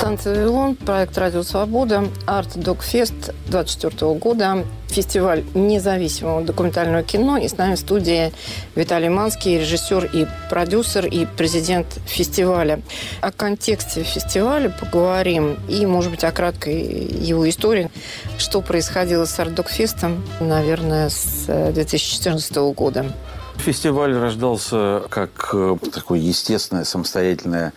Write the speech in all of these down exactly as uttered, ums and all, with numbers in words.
Станция «Вавилон», проект «Радио Свобода», «Арт-Док-Фест» двадцать четвёртого года, фестиваль независимого документального кино. И с нами в студии Виталий Манский, режиссер и продюсер, и президент фестиваля. О контексте фестиваля поговорим и, может быть, о краткой его истории. Что происходило с «Арт-Док-Фестом», наверное, с две тысячи четырнадцатого года. Фестиваль рождался как такое естественное, самостоятельное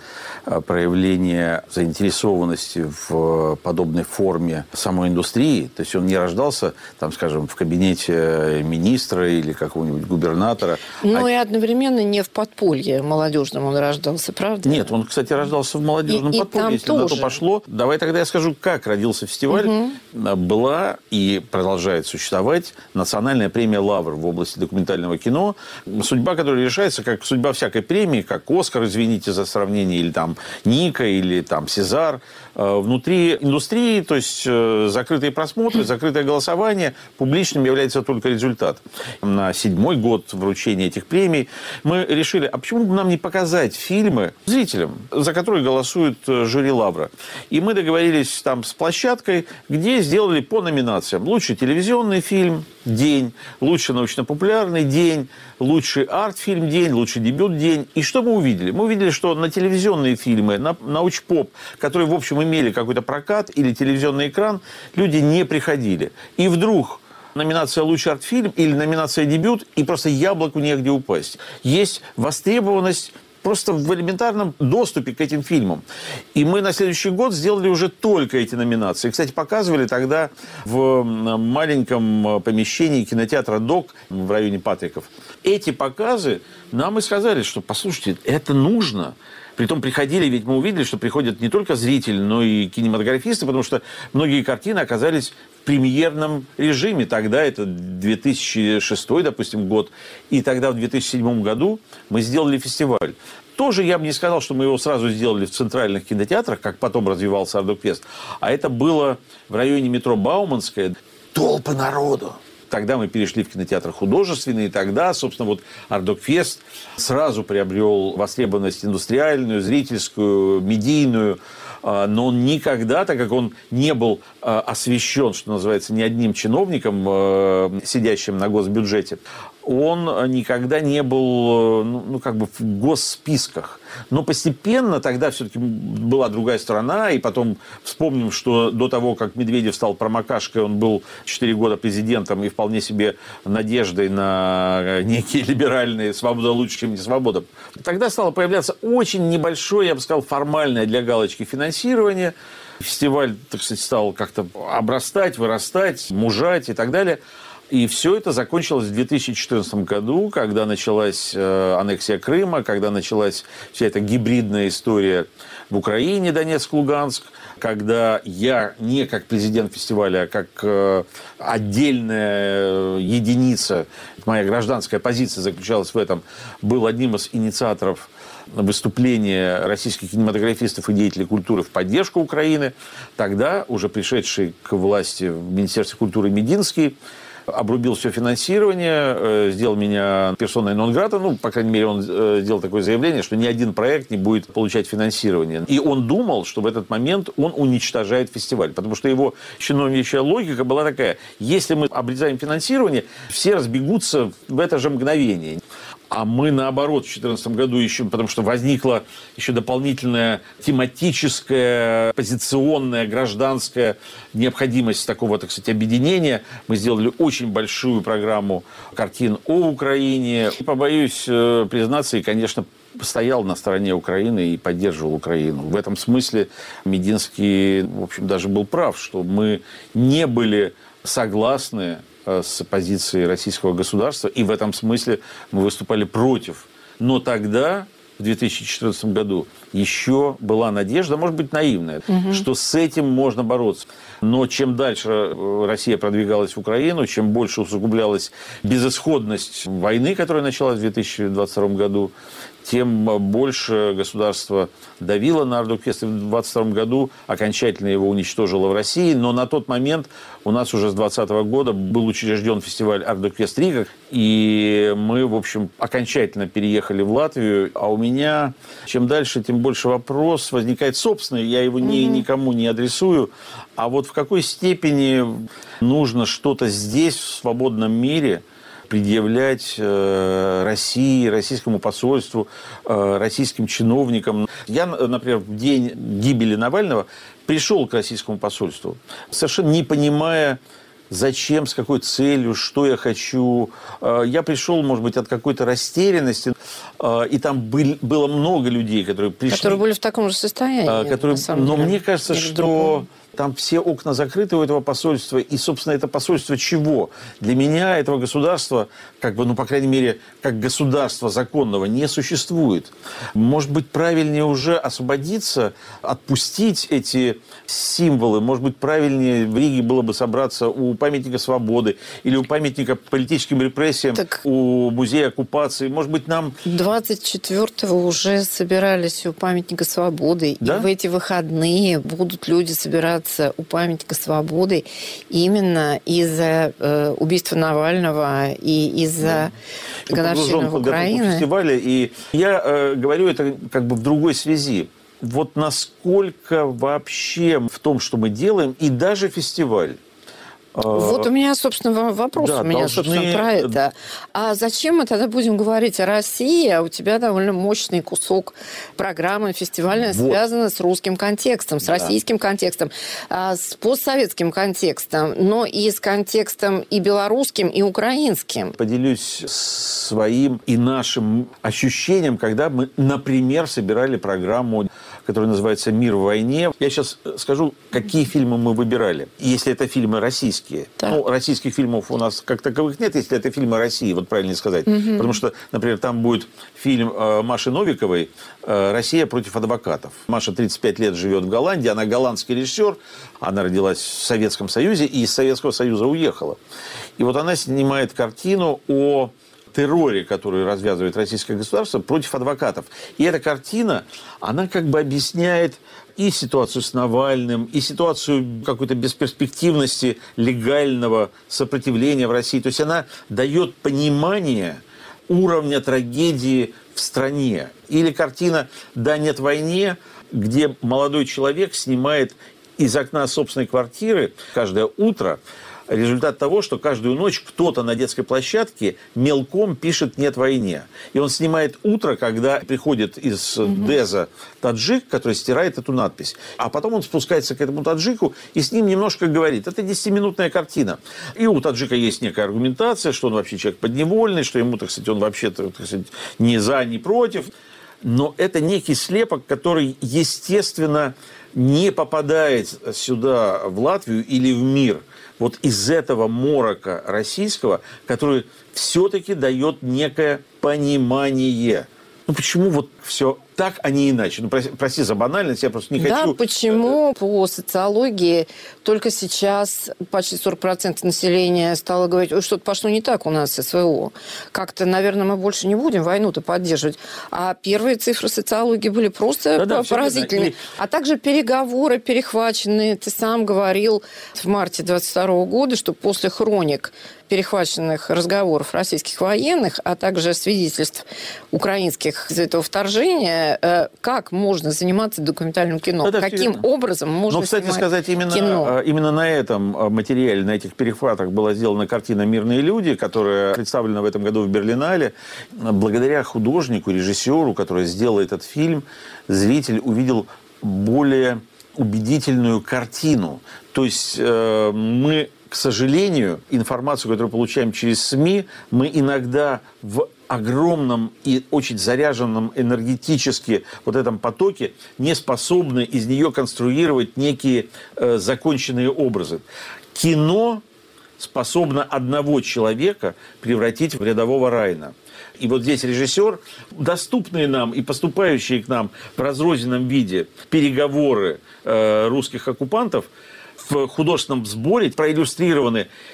проявление заинтересованности в подобной форме самой индустрии. То есть он не рождался, там, скажем, в кабинете министра или какого-нибудь губернатора. Ну а... и одновременно не в подполье молодежном он рождался, правда? Нет, он, кстати, рождался в молодежном и, подполье, и если тоже. на то пошло. Давай тогда я скажу, как родился фестиваль. Угу. Была и продолжает существовать национальная премия «Лавр» в области документального кино. Судьба, которая решается, как судьба всякой премии, как «Оскар», извините за сравнение, или там «Ника», или там «Сезар». Внутри индустрии, то есть закрытые просмотры, закрытое голосование, публичным является только результат. На седьмой год вручения этих премий мы решили, а почему бы нам не показать фильмы зрителям, за которые голосует жюри «Лавра». И мы договорились там с площадкой, где сделали по номинациям. Лучший телевизионный фильм – день, лучший научно-популярный – день, лучший арт-фильм – день, лучший дебют – день. И что мы увидели? Мы увидели, что на телевизионные фильмы, на науч-поп, которые, в общем, имели какой-то прокат или телевизионный экран, люди не приходили. И вдруг номинация «Лучший арт-фильм» или номинация «Дебют», и просто яблоку негде упасть. Есть востребованность просто в элементарном доступе к этим фильмам. И мы на следующий год сделали уже только эти номинации. Кстати, показывали тогда в маленьком помещении кинотеатра «Док» в районе Патриков. Эти показы нам и сказали, что, послушайте, это нужно. Притом приходили, ведь мы увидели, что приходят не только зрители, но и кинематографисты, потому что многие картины оказались в премьерном режиме. Тогда это две тысячи шестой, допустим, год. И тогда в две тысячи седьмом году мы сделали фестиваль. Тоже я бы не сказал, что мы его сразу сделали в центральных кинотеатрах, как потом развивался «Арт-Док-Фест». А это было в районе метро Бауманская. Толпы народу. Тогда мы перешли в кинотеатр художественный, и тогда, собственно, вот «Арт-Док-Фест» сразу приобрел востребованность индустриальную, зрительскую, медийную. Но он никогда, так как он не был освещен, что называется, ни одним чиновником, сидящим на госбюджете, он никогда не был, ну, как бы в госсписках. Но постепенно тогда все-таки была другая сторона, и потом вспомним, что до того, как Медведев стал промокашкой, он был четыре года президентом и вполне себе надеждой на некие либеральные «свобода лучше, чем не свобода». Тогда стало появляться очень небольшое, я бы сказал, формальное для галочки финансирование. Фестиваль, так сказать, стал как-то обрастать, вырастать, мужать и так далее. И все это закончилось в две тысячи четырнадцатом году, когда началась э, аннексия Крыма, когда началась вся эта гибридная история в Украине, Донецк, Луганск, когда я не как президент фестиваля, а как э, отдельная единица, моя гражданская позиция заключалась в этом, был одним из инициаторов выступления российских кинематографистов и деятелей культуры в поддержку Украины. Тогда уже пришедший к власти в Министерстве культуры Мединский обрубил все финансирование, сделал меня персоной нон-грата. Ну, по крайней мере, он сделал такое заявление, что ни один проект не будет получать финансирование. И он думал, что в этот момент он уничтожает фестиваль. Потому что его чиновничья логика была такая: если мы обрезаем финансирование, все разбегутся в это же мгновение. А мы, наоборот, в две тысячи четырнадцатом году еще, потому что возникла еще дополнительная тематическая, позиционная, гражданская необходимость такого, так сказать, объединения. Мы сделали очень большую программу картин о Украине. И, побоюсь признаться, и, конечно, стоял на стороне Украины и поддерживал Украину. В этом смысле Мединский, в общем, даже был прав, что мы не были согласны с позицией российского государства, и в этом смысле мы выступали против. Но тогда, в две тысячи четырнадцатом году, еще была надежда, может быть, наивная, угу. что с этим можно бороться. Но чем дальше Россия продвигалась в Украину, чем больше усугублялась безысходность войны, которая началась в две тысячи двадцать втором году, тем больше государство давило на Ардукфест. И в двадцать втором году окончательно его уничтожило в России. Но на тот момент у нас уже с двадцатого года был учрежден фестиваль Ардукфест Рига. И мы, в общем, окончательно переехали в Латвию. А у меня чем дальше, тем больше вопрос возникает собственный. Я его ни, никому не адресую. А вот в какой степени нужно что-то здесь, в свободном мире, предъявлять э, России, российскому посольству, э, российским чиновникам. Я, например, в день гибели Навального пришел к российскому посольству, совершенно не понимая, зачем, с какой целью, что я хочу. Я пришел, может быть, от какой-то растерянности. И там был, было много людей, которые пришли. Которые были в таком же состоянии. Которые, но деле. Мне кажется, что другому. Там все окна закрыты у этого посольства. И, собственно, это посольство чего? Для меня этого государства, как бы, ну, по крайней мере, как государства законного, не существует. Может быть, правильнее уже освободиться, отпустить эти символы. Может быть, правильнее в Риге было бы собраться у памятника свободы или у памятника политическим репрессиям, так у музея оккупации. Может быть, нам... двадцать четвёртого уже собирались у памятника свободы. Да? И в эти выходные будут люди собираться у памятника свободы именно из-за э, убийства Навального и из-за да. годовщины Украины. Фестиваля. И я э, говорю это как бы в другой связи. Вот насколько вообще в том, что мы делаем, и даже фестиваль. Вот у меня, собственно, вопрос да, у меня, должны... собственно, про это. А зачем мы тогда будем говорить о России, а у тебя довольно мощный кусок программы фестивальной вот. Связана с русским контекстом, с да. российским контекстом, с постсоветским контекстом, но и с контекстом и белорусским, и украинским. Поделюсь своим и нашим ощущением, когда мы, например, собирали программу, которая называется «Мир в войне». Я сейчас скажу, какие фильмы мы выбирали, если это фильмы российские. Да. Ну, российских фильмов у нас как таковых нет, если это фильмы России, вот правильно сказать. Угу. Потому что, например, там будет фильм э, Маши Новиковой «Россия против адвокатов». Маша тридцать пять лет живет в Голландии, она голландский режиссер, она родилась в Советском Союзе и из Советского Союза уехала. И вот она снимает картину о терроре, который развязывает российское государство против адвокатов. И эта картина, она как бы объясняет и ситуацию с Навальным, и ситуацию какой-то бесперспективности легального сопротивления в России. То есть она дает понимание уровня трагедии в стране. Или картина «Да, нет войне», где молодой человек снимает из окна собственной квартиры каждое утро результат того, что каждую ночь кто-то на детской площадке мелком пишет «нет войне». И он снимает утро, когда приходит из угу. Деза таджик, который стирает эту надпись. А потом он спускается к этому таджику и с ним немножко говорит. Это десятиминутная картина. И у таджика есть некая аргументация, что он вообще человек подневольный, что ему, так сказать, он вообще-то, так сказать, ни за, ни против. Но это некий слепок, который, естественно, не попадает сюда, в Латвию или в мир. Вот из этого морока российского, который все-таки дает некое понимание. Ну, почему вот все так, а не иначе? Ну, прости, прости за банальность, я просто не да, хочу... Да, почему по социологии только сейчас почти сорок процентов населения стало говорить, ой, что-то пошло не так у нас с СВО. Как-то, наверное, мы больше не будем войну-то поддерживать. А первые цифры социологии были просто да, поразительными. Да, а также переговоры перехваченные. Ты сам говорил в марте двадцать второго года, что после хроник перехваченных разговоров российских военных, а также свидетельств украинских из этого вторжения, как можно заниматься документальным кино? Да, да, Каким верно. образом можно Ну, кстати снимать сказать, именно, кино? именно на этом материале, на этих перехватах была сделана картина «Мирные люди», которая представлена в этом году в Берлинале. Благодаря художнику, режиссеру, который сделал этот фильм, зритель увидел более убедительную картину. То есть э, мы... К сожалению, информацию, которую получаем через СМИ, мы иногда в огромном и очень заряженном энергетически вот этом потоке не способны из нее конструировать некие э, законченные образы. Кино способно одного человека превратить в рядового Райана. И вот здесь режиссер, доступные нам и поступающие к нам в разрозненном виде переговоры э, русских оккупантов, в художественном сборе проиллюстрированы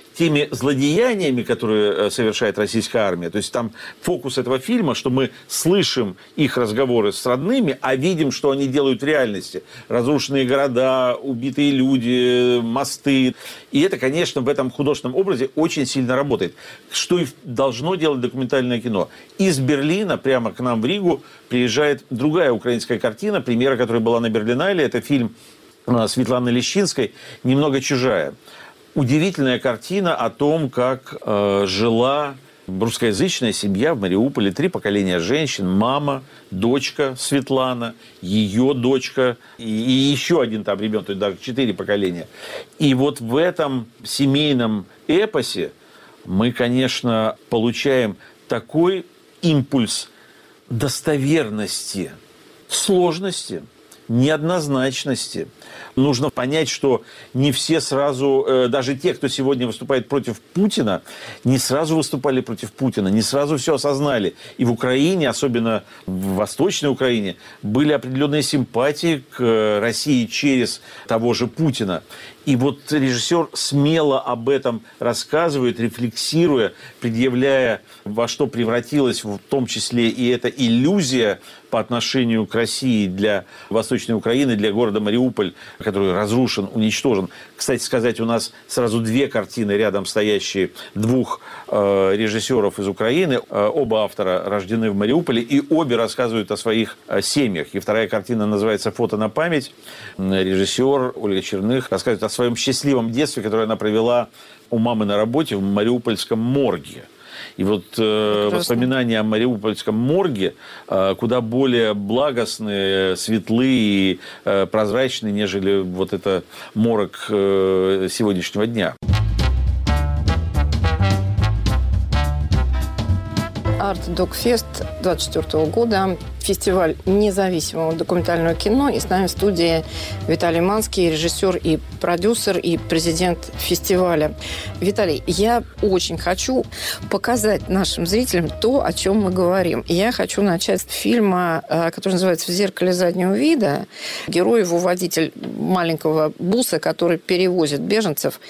теми злодеяниями, которые совершает российская армия. То есть там фокус этого фильма, что мы слышим их разговоры с родными, а видим, что они делают в реальности. Разрушенные города, убитые люди, мосты. И это, конечно, в этом художественном образе очень сильно работает. Что и должно делать документальное кино. Из Берлина прямо к нам в Ригу приезжает другая украинская картина, премьера которой была на Берлинале. Это фильм Светланы Лещинской «Немного чужая». Удивительная картина о том, как э, жила русскоязычная семья в Мариуполе. Три поколения женщин. Мама, дочка Светлана, ее дочка и, и еще один там ребенок. То есть даже четыре поколения. И вот в этом семейном эпосе мы, конечно, получаем такой импульс достоверности, сложности, неоднозначности. Нужно понять, что не все сразу, даже те, кто сегодня выступает против Путина, не сразу выступали против Путина, не сразу все осознали. И в Украине, особенно в Восточной Украине, были определенные симпатии к России через того же Путина. И вот режиссер смело об этом рассказывает, рефлексируя, предъявляя, во что превратилась в том числе и эта иллюзия по отношению к России для Восточной Украины, для города Мариуполь, который разрушен, уничтожен. Кстати сказать, у нас сразу две картины рядом стоящие двух э, режиссеров из Украины. Э, оба автора рождены в Мариуполе, и обе рассказывают о своих э, семьях. И вторая картина называется «Фото на память». Режиссер Ольга Черных рассказывает о своем счастливом детстве, которое она провела у мамы на работе в мариупольском морге. И вот э, воспоминания о мариупольском морге э, куда более благостные, светлые и э, прозрачные, нежели вот это морок э, сегодняшнего дня. Арт Док-фест двадцать четвёртого года. Фестиваль независимого документального кино. И с нами в студии Виталий Манский, режиссер и продюсер, и президент фестиваля. Виталий, я очень хочу показать нашим зрителям то, о чем мы говорим. И я хочу начать с фильма, который называется «В зеркале заднего вида». Герой его водитель маленького буса, который перевозит беженцев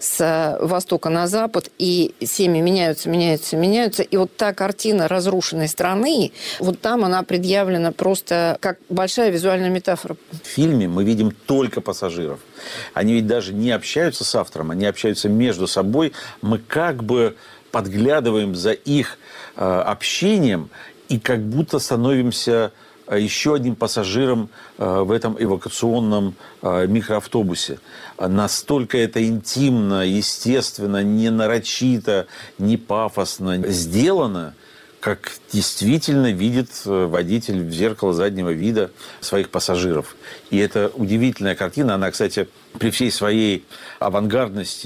с востока на запад. И семьи меняются, меняются, меняются. И вот та картина разрушенной страны, вот там она предъявлена просто как большая визуальная метафора. В фильме мы видим только пассажиров. Они ведь даже не общаются с автором, они общаются между собой. Мы как бы подглядываем за их э, общением и как будто становимся еще одним пассажиром э, в этом эвакуационном э, микроавтобусе. Настолько это интимно, естественно, не нарочито, не пафосно сделано, как действительно видит водитель в зеркало заднего вида своих пассажиров. И это удивительная картина. Она, кстати, при всей своей авангардности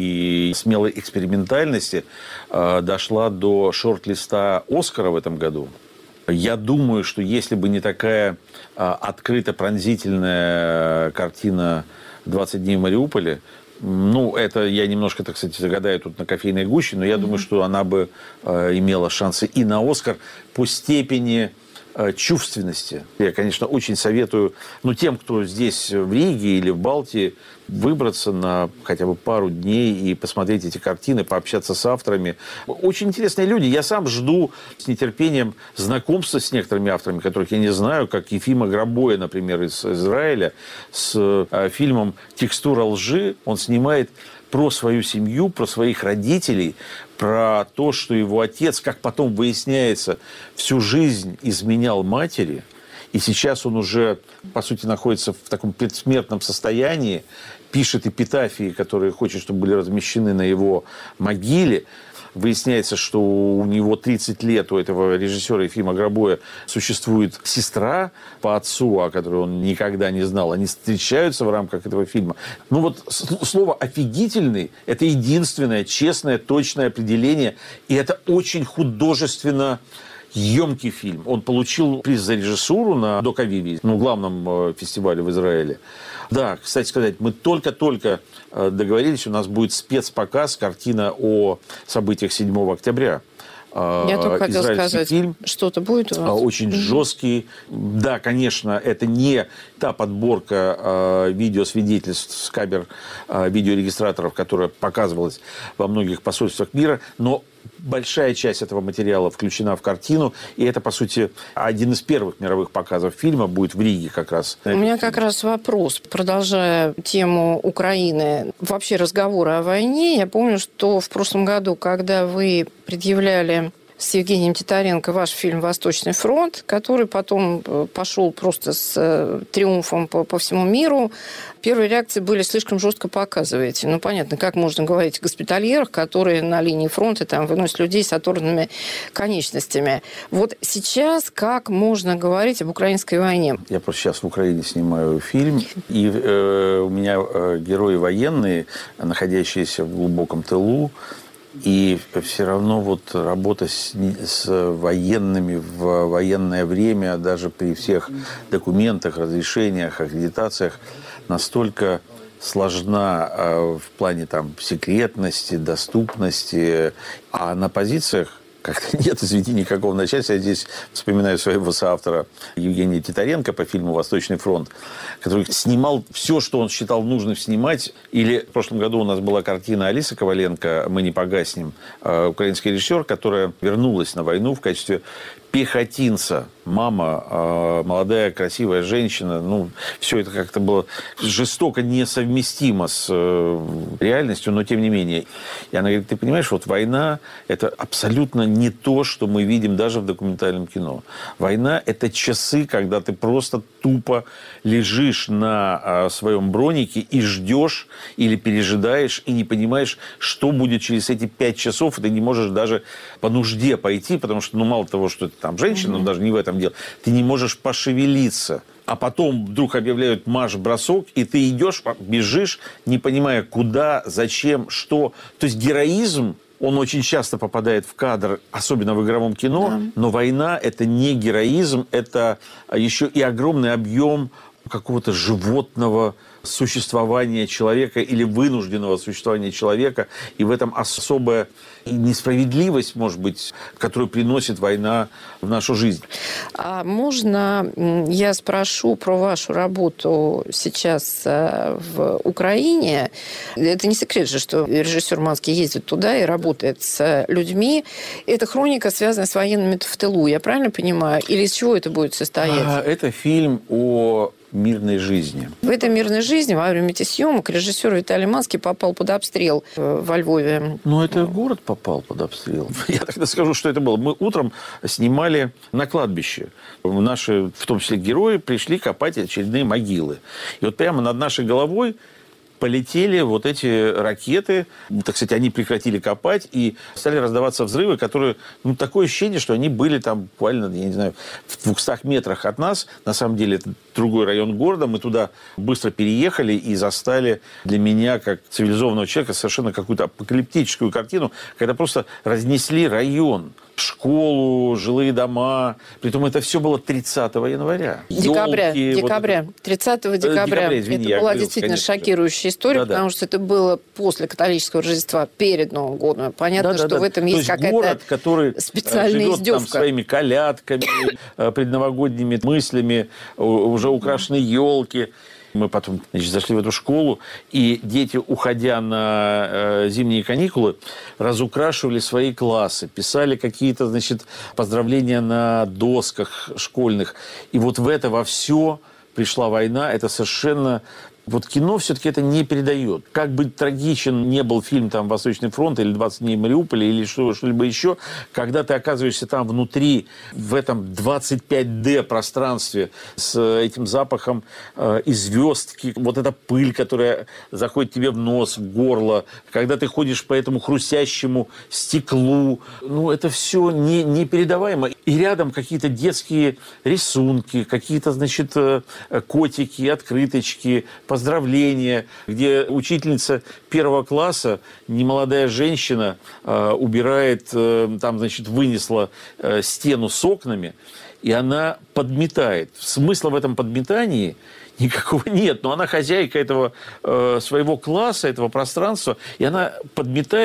и смелой экспериментальности дошла до шорт-листа «Оскара» в этом году. Я думаю, что если бы не такая открыто пронзительная картина «двадцать дней в Мариуполе», ну, это я немножко, так сказать, гадаю тут на кофейной гуще, но я mm-hmm. думаю, что она бы э, имела шансы и на «Оскар» по степени э, чувственности. Я, конечно, очень советую, ну, тем, кто здесь в Риге или в Балтии, выбраться на хотя бы пару дней и посмотреть эти картины, пообщаться с авторами. Очень интересные люди. Я сам жду с нетерпением знакомства с некоторыми авторами, которых я не знаю, как Ефима Грабоя, например, из Израиля, с э, фильмом «Текстура лжи». Он снимает про свою семью, про своих родителей, про то, что его отец, как потом выясняется, всю жизнь изменял матери. И сейчас он уже, по сути, находится в таком предсмертном состоянии, пишет эпитафии, которые хочет, чтобы были размещены на его могиле. Выясняется, что у него тридцать лет, у этого режиссера Ефима Грабоя, существует сестра по отцу, о которой он никогда не знал. Они встречаются в рамках этого фильма. Ну вот слово «офигительный» – это единственное честное, точное определение. И это очень художественно емкий фильм. Он получил приз за режиссуру на Док-Авиве, ну, главном фестивале в Израиле. Да, кстати сказать, мы только-только договорились, у нас будет спецпоказ, картина о событиях седьмого октября. Я только хотел сказать, фильм. Что-то будет у вас? Очень mm-hmm. жесткий. Да, конечно, это не та подборка э, видеосвидетельств с камер э, видеорегистраторов, которая показывалась во многих посольствах мира, но большая часть этого материала включена в картину, и это, по сути, один из первых мировых показов фильма будет в Риге как раз. У меня как раз вопрос, продолжая тему Украины, вообще разговоры о войне. Я помню, что в прошлом году, когда вы предъявляли с Евгением Титаренко ваш фильм «Восточный фронт», который потом пошел просто с триумфом по, по всему миру. Первые реакции были: слишком жестко показываете. Ну, понятно, как можно говорить о госпитальерах, которые на линии фронта там выносят людей с оторванными конечностями. Вот сейчас как можно говорить об украинской войне? Я просто сейчас в Украине снимаю фильм, и э, у меня э, герои военные, находящиеся в глубоком тылу. И все равно вот работа с, с военными в военное время, даже при всех документах, разрешениях, аккредитациях, настолько сложна э, в плане там секретности, доступности. А на позициях как-то нет, извини, никакого начальства. Я здесь вспоминаю своего соавтора Евгения Титаренко по фильму «Восточный фронт», который снимал все, что он считал нужным снимать. Или в прошлом году у нас была картина Алисы Коваленко «Мы не погаснем», украинский режиссер, которая вернулась на войну в качестве пехотинца. Мама, молодая, красивая женщина. Ну, все это как-то было жестоко несовместимо с реальностью, но тем не менее. И она говорит: ты понимаешь, вот война – это абсолютно не то, что мы видим даже в документальном кино. Война – это часы, когда ты просто тупо лежишь на своем бронике и ждешь или пережидаешь, и не понимаешь, что будет через эти пять часов, и ты не можешь даже по нужде пойти, потому что, ну, мало того, что ты там женщина, mm-hmm. но даже не в этом дело, ты не можешь пошевелиться. А потом вдруг объявляют марш-бросок, и ты идешь, бежишь, не понимая, куда, зачем, что. То есть героизм, он очень часто попадает в кадр, особенно в игровом кино, да. Но война – это не героизм, это еще и огромный объем какого-то животного существования человека или вынужденного существования человека. И в этом особая несправедливость, может быть, которую приносит война в нашу жизнь. А можно я спрошу про вашу работу сейчас в Украине? Это не секрет же, что режиссер Манский ездит туда и работает с людьми. Эта хроника связана с военными в тылу, я правильно понимаю? Или из чего это будет состоять? Это фильм о мирной жизни. В этой мирной жизни во время этих съемок режиссер Виталий Манский попал под обстрел во Львове. Ну, это город попал под обстрел. Я тогда скажу, что это было. Мы утром снимали на кладбище. Наши, в том числе герои, пришли копать очередные могилы. И вот прямо над нашей головой полетели вот эти ракеты. Так сказать, они прекратили копать, и стали раздаваться взрывы, которые... Ну, такое ощущение, что они были там буквально, я не знаю, в двухстах метрах от нас. На самом деле, это другой район города. Мы туда быстро переехали и застали для меня, как цивилизованного человека, совершенно какую-то апокалиптическую картину, когда просто разнесли район. Школу, жилые дома. Притом это все было тридцатого января. Декабря. Ёлки, декабря. Вот... тридцатого декабря. декабря извини, это была говорил, действительно конечно, шокирующая история, да, потому да. что это было после католического Рождества, перед Новым годом. Понятно, да, да, что да. в этом есть, есть какая-то город, который специальная живет издевка. Там своими колядками, предновогодними мыслями, уже украшены елки. Мы потом, значит, зашли в эту школу, и дети, уходя на э, зимние каникулы, разукрашивали свои классы, писали какие-то, значит, поздравления на досках школьных. И вот в это во все пришла война. Это совершенно... Вот кино все-таки это не передает. Как бы трагичен не был фильм там «Восточный фронт» или «двадцать дней Мариуполя» или что, что-либо еще, когда ты оказываешься там внутри, в этом двадцать пять дэ пространстве с этим запахом э, и звездки, вот эта пыль, которая заходит тебе в нос, в горло, когда ты ходишь по этому хрустящему стеклу, ну, это все не, непередаваемо. И рядом какие-то детские рисунки, какие-то, значит, котики, открыточки, поздравления, где учительница первого класса, немолодая женщина, э, убирает, э, там, значит, вынесла э, стену с окнами, и она подметает. Смысла в этом подметании никакого нет, но она хозяйка этого э, своего класса, этого пространства, и она подметает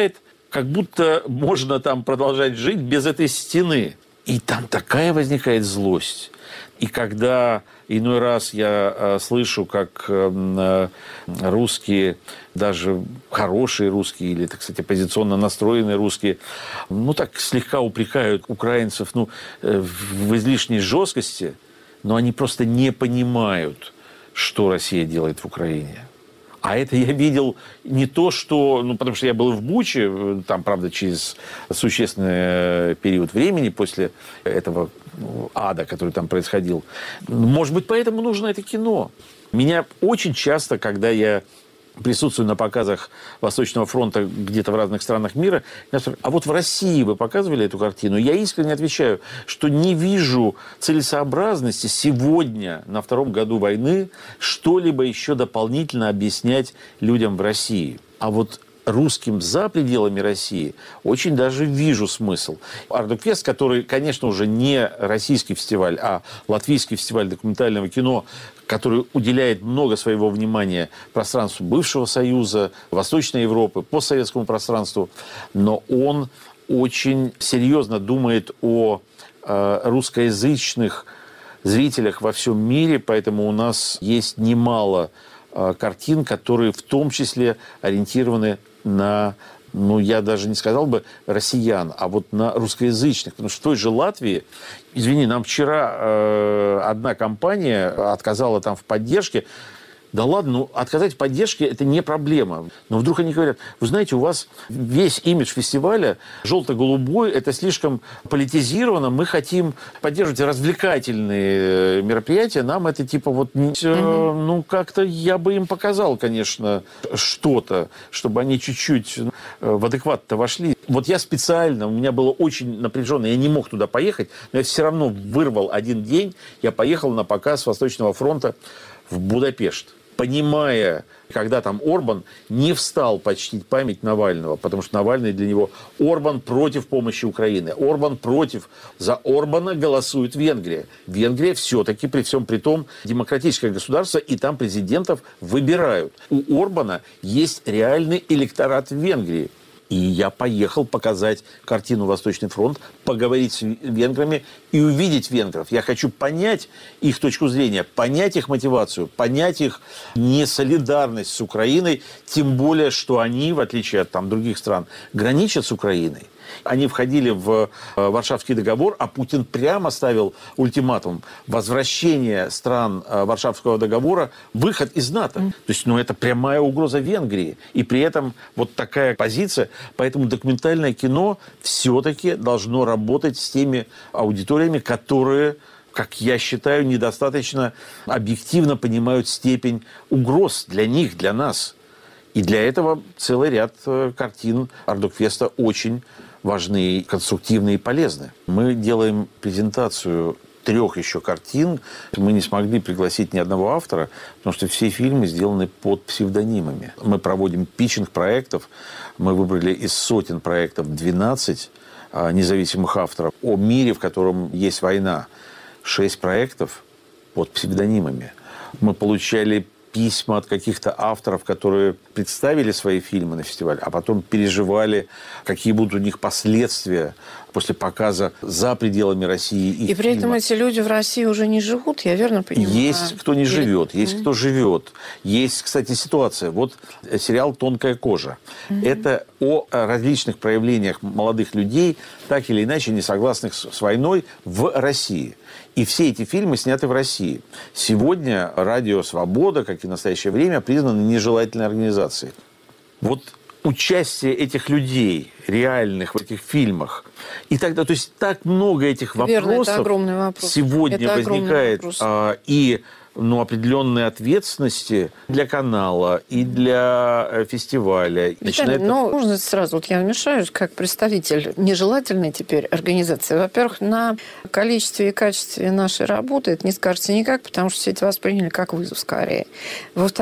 как будто можно там продолжать жить без этой стены. И там такая возникает злость. И когда иной раз я э, слышу, как э, русские, даже хорошие русские или, так сказать, оппозиционно настроенные русские, ну, так слегка упрекают украинцев ну, э, в излишней жесткости, но они просто не понимают, что Россия делает в Украине. А это я видел не то, что... Ну, потому что я был в Буче, там, правда, через существенный период времени после этого ада, который там происходил. Может быть, поэтому нужно это кино. Меня очень часто, когда я присутствую на показах Восточного фронта где-то в разных странах мира, я спрашиваю, а вот в России вы показывали эту картину? Я искренне отвечаю, что не вижу целесообразности сегодня, на втором году войны, что-либо еще дополнительно объяснять людям в России. А вот русским за пределами России очень даже вижу смысл. Ардукфест, который, конечно, уже не российский фестиваль, а латвийский фестиваль документального кино, который уделяет много своего внимания пространству бывшего Союза, Восточной Европы, постсоветскому пространству, но он очень серьезно думает о э, русскоязычных зрителях во всем мире, поэтому у нас есть немало э, картин, которые в том числе ориентированы на, ну, я даже не сказал бы россиян, а вот на русскоязычных. Потому что в той же Латвии, извини, нам вчера э, одна компания отказала там в поддержке. Да ладно, ну, отказать в поддержке – это не проблема. Но вдруг они говорят, вы знаете, у вас весь имидж фестиваля желто-голубой, это слишком политизировано, мы хотим поддерживать развлекательные мероприятия, нам это типа вот, mm-hmm. ну, как-то я бы им показал, конечно, что-то, чтобы они чуть-чуть в адекват-то вошли. Вот я специально, у меня было очень напряженно, я не мог туда поехать, но я все равно вырвал один день, я поехал на показ Восточного фронта в Будапешт, понимая, когда там Орбан не встал почтить память Навального, потому что Навальный для него Орбан против помощи Украины, Орбан против, за Орбана голосует Венгрия. Венгрия все-таки при всем при том демократическое государство, и там президентов выбирают. У Орбана есть реальный электорат в Венгрии. И я поехал показать картину «Восточный фронт», поговорить с венграми и увидеть венгров. Я хочу понять их точку зрения, понять их мотивацию, понять их несолидарность с Украиной, тем более, что они, в отличие от там, других стран, граничат с Украиной. Они входили в Варшавский договор, а Путин прямо ставил ультиматум возвращения стран Варшавского договора, выход из НАТО. Mm. То есть, ну, это прямая угроза Венгрии. И при этом вот такая позиция. Поэтому документальное кино все-таки должно работать с теми аудиториями, которые, как я считаю, недостаточно объективно понимают степень угроз для них, для нас. И для этого целый ряд картин Ардукфеста очень важны, конструктивны и полезны. Мы делаем презентацию трех еще картин. Мы не смогли пригласить ни одного автора, потому что все фильмы сделаны под псевдонимами. Мы проводим питчинг проектов. Мы выбрали из сотен проектов двенадцать независимых авторов о мире, в котором есть война. Шесть проектов под псевдонимами. Мы получали письма от каких-то авторов, которые представили свои фильмы на фестиваль, а потом переживали, какие будут у них последствия после показа за пределами России. И при этом эти люди в России уже не живут, я верно понимаю? Есть кто не живет, есть mm-hmm. кто живет. Есть, кстати, ситуация. Вот сериал «Тонкая кожа». Mm-hmm. Это о различных проявлениях молодых людей, так или иначе не согласных с войной в России. И все эти фильмы сняты в России. Сегодня Радио Свобода, как и в настоящее время, признаны нежелательной организацией. Вот участие этих людей, реальных, в этих фильмах, и тогда, то есть так много этих вопросов Верно, это огромный вопрос. Сегодня это возникает, а, и ну, определенные ответственности для канала и для фестиваля. Виталий, начинает... ну, можно сразу, вот я вмешаюсь, как представитель нежелательной теперь организации. Во-первых, на количестве и качестве нашей работы это не скажется никак, потому что все это восприняли как вызов скорее. Во-вторых,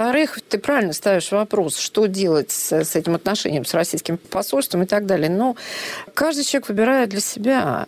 ты правильно ставишь вопрос, что делать с, с этим отношением, с российским посольством и так далее. Но каждый человек выбирает для себя.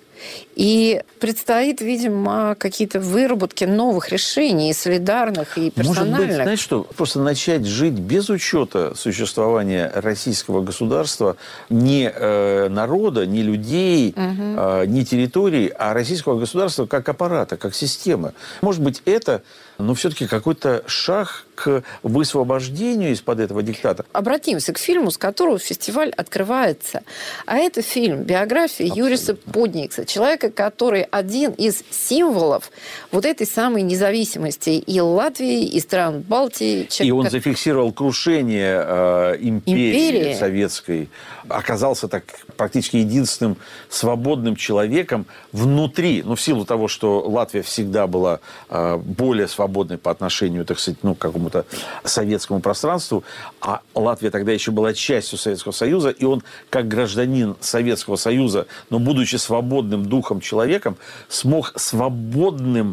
И предстоит, видимо, какие-то выработки новых решений, солидарных и персональных. Может быть, знаешь что, просто начать жить без учета существования российского государства, не э, народа, не людей, угу. э, не территории, а российского государства как аппарата, как системы. Может быть, это, но все-таки какой-то шаг к высвобождению из-под этого диктата. Обратимся к фильму, с которого фестиваль открывается. А это фильм «Биография Абсолютно. Юриса Подникса», человека, который один из символов вот этой самой независимости и Латвии, и стран Балтии. Человек, и он зафиксировал крушение э, империи, империи советской. Оказался так практически единственным свободным человеком внутри, ну, в силу того, что Латвия всегда была э, более свободной по отношению, так сказать, ну, к какому-то советскому пространству, а Латвия тогда еще была частью Советского Союза, и он, как гражданин Советского Союза, но будучи свободным духом человеком, смог свободным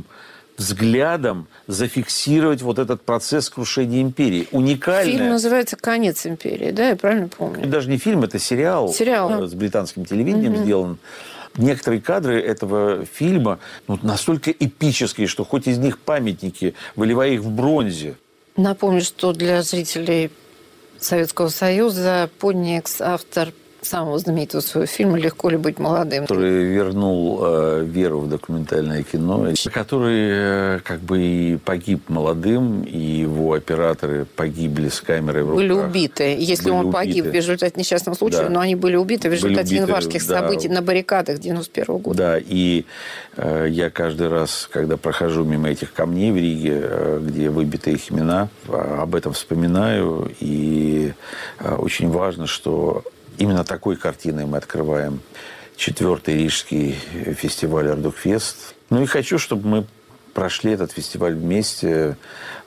взглядом зафиксировать вот этот процесс крушения империи. Уникальное. Фильм называется «Конец империи», да, я правильно помню? Это даже не фильм, это сериал, сериал. С британским телевидением mm-hmm. сделан. Некоторые кадры этого фильма ну, настолько эпические, что хоть из них памятники, выливая их в бронзе. Напомню, что для зрителей Советского Союза Подникс – автор самого знаменитого своего фильма «Легко ли быть молодым», который вернул э, веру в документальное кино, который э, как бы и погиб молодым, и его операторы погибли с камерой в руках. Были убиты. Если были он погиб убиты. В результате несчастного случая, да. но они были убиты в результате убиты, январских да. событий на баррикадах девяносто первого года. Да, и э, я каждый раз, когда прохожу мимо этих камней в Риге, э, где выбиты их имена, э, об этом вспоминаю, и э, очень важно, что именно такой картиной мы открываем четвертый рижский фестиваль «Ардукфест». Ну и хочу, чтобы мы прошли этот фестиваль вместе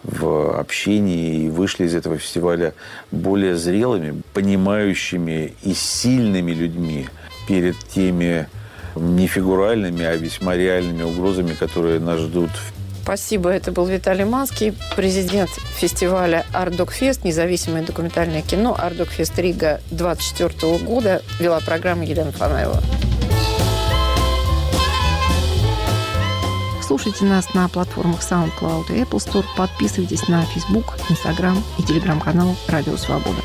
в общении и вышли из этого фестиваля более зрелыми, понимающими и сильными людьми перед теми не фигуральными, а весьма реальными угрозами, которые нас ждут. Спасибо. Это был Виталий Манский, президент фестиваля «Ардукфест», независимое документальное кино «Ардукфест Рига» двадцать четвёртого года. Вела программу Елена Фанаева. Слушайте нас на платформах SoundCloud и Apple Store. Подписывайтесь на Facebook, Instagram и телеграм-канал «Радио Свобода».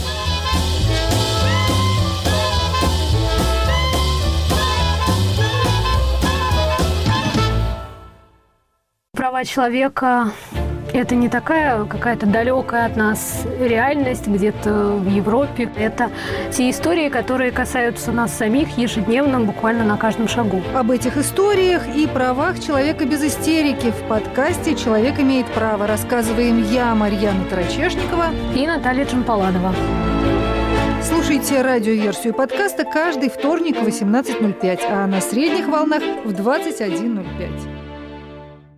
Права человека – это не такая какая-то далекая от нас реальность где-то в Европе. Это те истории, которые касаются нас самих ежедневно, буквально на каждом шагу. Об этих историях и правах человека без истерики в подкасте «Человек имеет право» рассказываем я, Марьяна Тарачешникова и Наталья Джампаладова. Слушайте радиоверсию подкаста каждый вторник в восемнадцать ноль пять, а на средних волнах в двадцать один ноль пять.